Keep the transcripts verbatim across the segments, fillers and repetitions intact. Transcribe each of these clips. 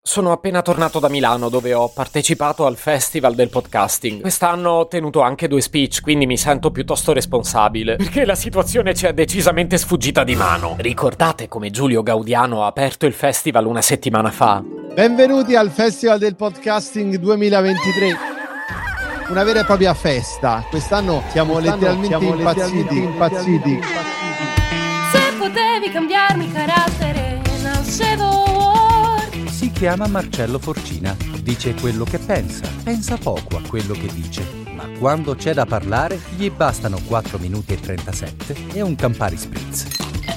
Sono appena tornato da Milano, dove ho partecipato al Festival del Podcasting. Quest'anno ho tenuto anche due speech, quindi mi sento piuttosto responsabile, perché la situazione ci è decisamente sfuggita di mano. Ricordate come Giulio Gaudiano ha aperto il festival una settimana fa? Benvenuti al Festival del Podcasting duemilaventitré. Una vera e propria festa. Quest'anno siamo Quest'anno letteralmente siamo impazziti, letteralmente impazziti. impazziti. Se potevi cambiarmi carattere, nascevo Ward. Si chiama Marcello Forcina, dice quello che pensa, pensa poco a quello che dice, ma quando c'è da parlare gli bastano quattro minuti e trentasette e un Campari Spritz.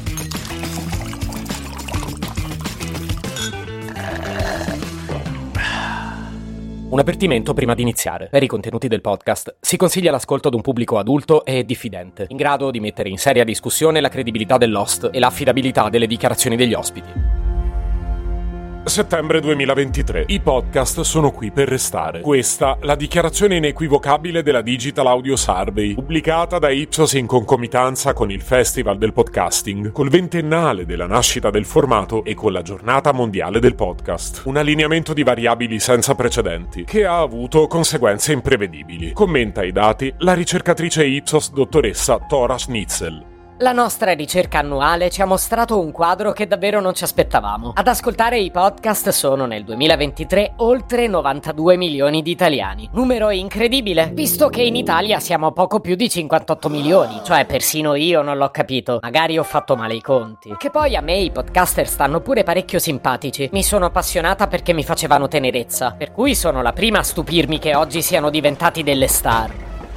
Un avvertimento prima di iniziare. Per i contenuti del podcast si consiglia l'ascolto ad un pubblico adulto e diffidente, in grado di mettere in seria discussione la credibilità dell'host e l'affidabilità delle dichiarazioni degli ospiti. Settembre duemilaventitré. I podcast sono qui per restare. Questa la dichiarazione inequivocabile della Digital Audio Survey, pubblicata da Ipsos in concomitanza con il Festival del Podcasting, col ventennale della nascita del formato e con la giornata mondiale del podcast. Un allineamento di variabili senza precedenti, che ha avuto conseguenze imprevedibili. Commenta i dati la ricercatrice Ipsos dottoressa Tora Schnitzel. La nostra ricerca annuale ci ha mostrato un quadro che davvero non ci aspettavamo. Ad ascoltare i podcast sono nel duemilaventitré oltre novantadue milioni di italiani. Numero incredibile, visto che in Italia siamo poco più di cinquantotto milioni, cioè persino io non l'ho capito. Magari ho fatto male i conti. Che poi a me i podcaster stanno pure parecchio simpatici. Mi sono appassionata perché mi facevano tenerezza, per cui sono la prima a stupirmi che oggi siano diventati delle star.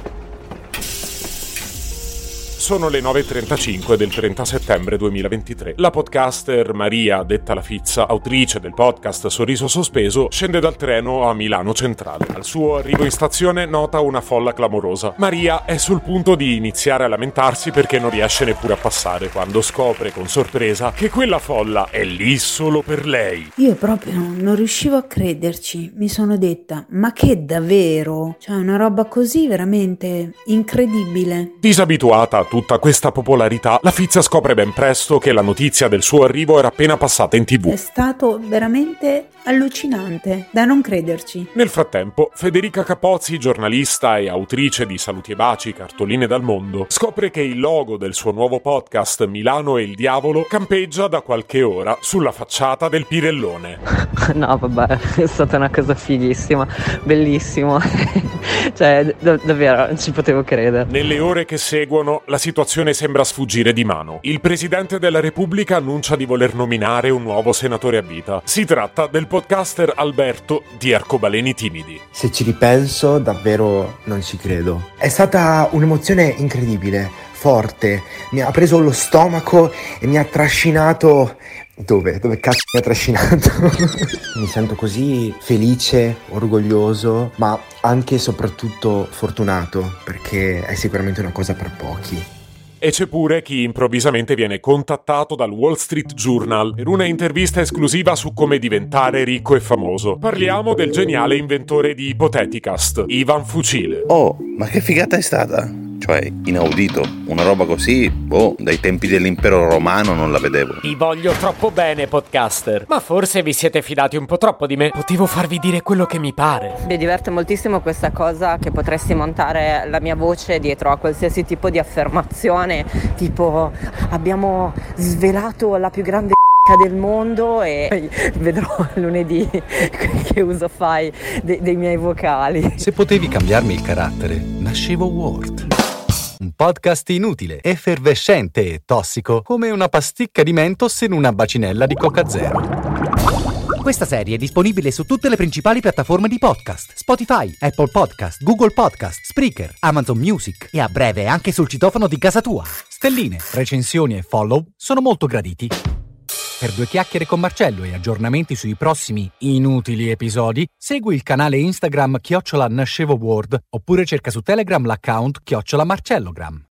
Sono le nove e trentacinque del trenta settembre duemilaventitré. La podcaster Maria, detta la Fizza, autrice del podcast Sorriso Sospeso, scende dal treno a Milano Centrale. Al suo arrivo in stazione nota una folla clamorosa. Maria è sul punto di iniziare a lamentarsi perché non riesce neppure a passare, quando scopre con sorpresa che quella folla è lì solo per lei. Io proprio non riuscivo a crederci. Mi sono detta, ma che davvero? Cioè una roba così veramente incredibile. Disabituata a tutta questa popolarità, la Fizza scopre ben presto che la notizia del suo arrivo era appena passata in tv. È stato veramente allucinante, da non crederci. Nel frattempo, Federica Capozzi, giornalista e autrice di Saluti e Baci, cartoline dal mondo, scopre che il logo del suo nuovo podcast Milano e il Diavolo campeggia da qualche ora sulla facciata del Pirellone. No, vabbè, è stata una cosa fighissima, bellissimo. Cioè, d- davvero, non ci potevo credere. Nelle ore che seguono, la situazione sembra sfuggire di mano. Il Presidente della Repubblica annuncia di voler nominare un nuovo senatore a vita. Si tratta del podcaster Alberto di Arcobaleni Timidi. Se ci ripenso, davvero non ci credo. È stata un'emozione incredibile, forte. Mi ha preso lo stomaco e mi ha trascinato... Dove? Dove cazzo mi ha trascinato? Mi sento così felice, orgoglioso, ma anche e soprattutto fortunato, perché è sicuramente una cosa per pochi. E c'è pure chi improvvisamente viene contattato dal Wall Street Journal per una intervista esclusiva su come diventare ricco e famoso. Parliamo del geniale inventore di Ipoteticast, Ivan Fucile. Oh, ma che figata è stata? Cioè, inaudito. Una roba così, boh, dai tempi dell'impero romano non la vedevo. Vi voglio troppo bene, podcaster. Ma forse vi siete fidati un po' troppo di me. Potevo farvi dire quello che mi pare. Mi diverte moltissimo questa cosa che potresti montare la mia voce dietro a qualsiasi tipo di affermazione, tipo abbiamo svelato la più grande del mondo e vedrò lunedì che uso fai de- dei miei vocali. Se potevi cambiarmi il carattere, nascevo Ward. Un podcast inutile, effervescente e tossico, come una pasticca di Mentos in una bacinella di Coca Zero. Questa serie è disponibile su tutte le principali piattaforme di podcast: Spotify, Apple Podcast, Google Podcast, Spreaker, Amazon Music e a breve anche sul citofono di casa tua. Stelline, recensioni e follow sono molto graditi. Per due chiacchiere con Marcello e aggiornamenti sui prossimi inutili episodi, segui il canale Instagram chiocciola Nascevo Ward oppure cerca su Telegram l'account chiocciola Marcellogram.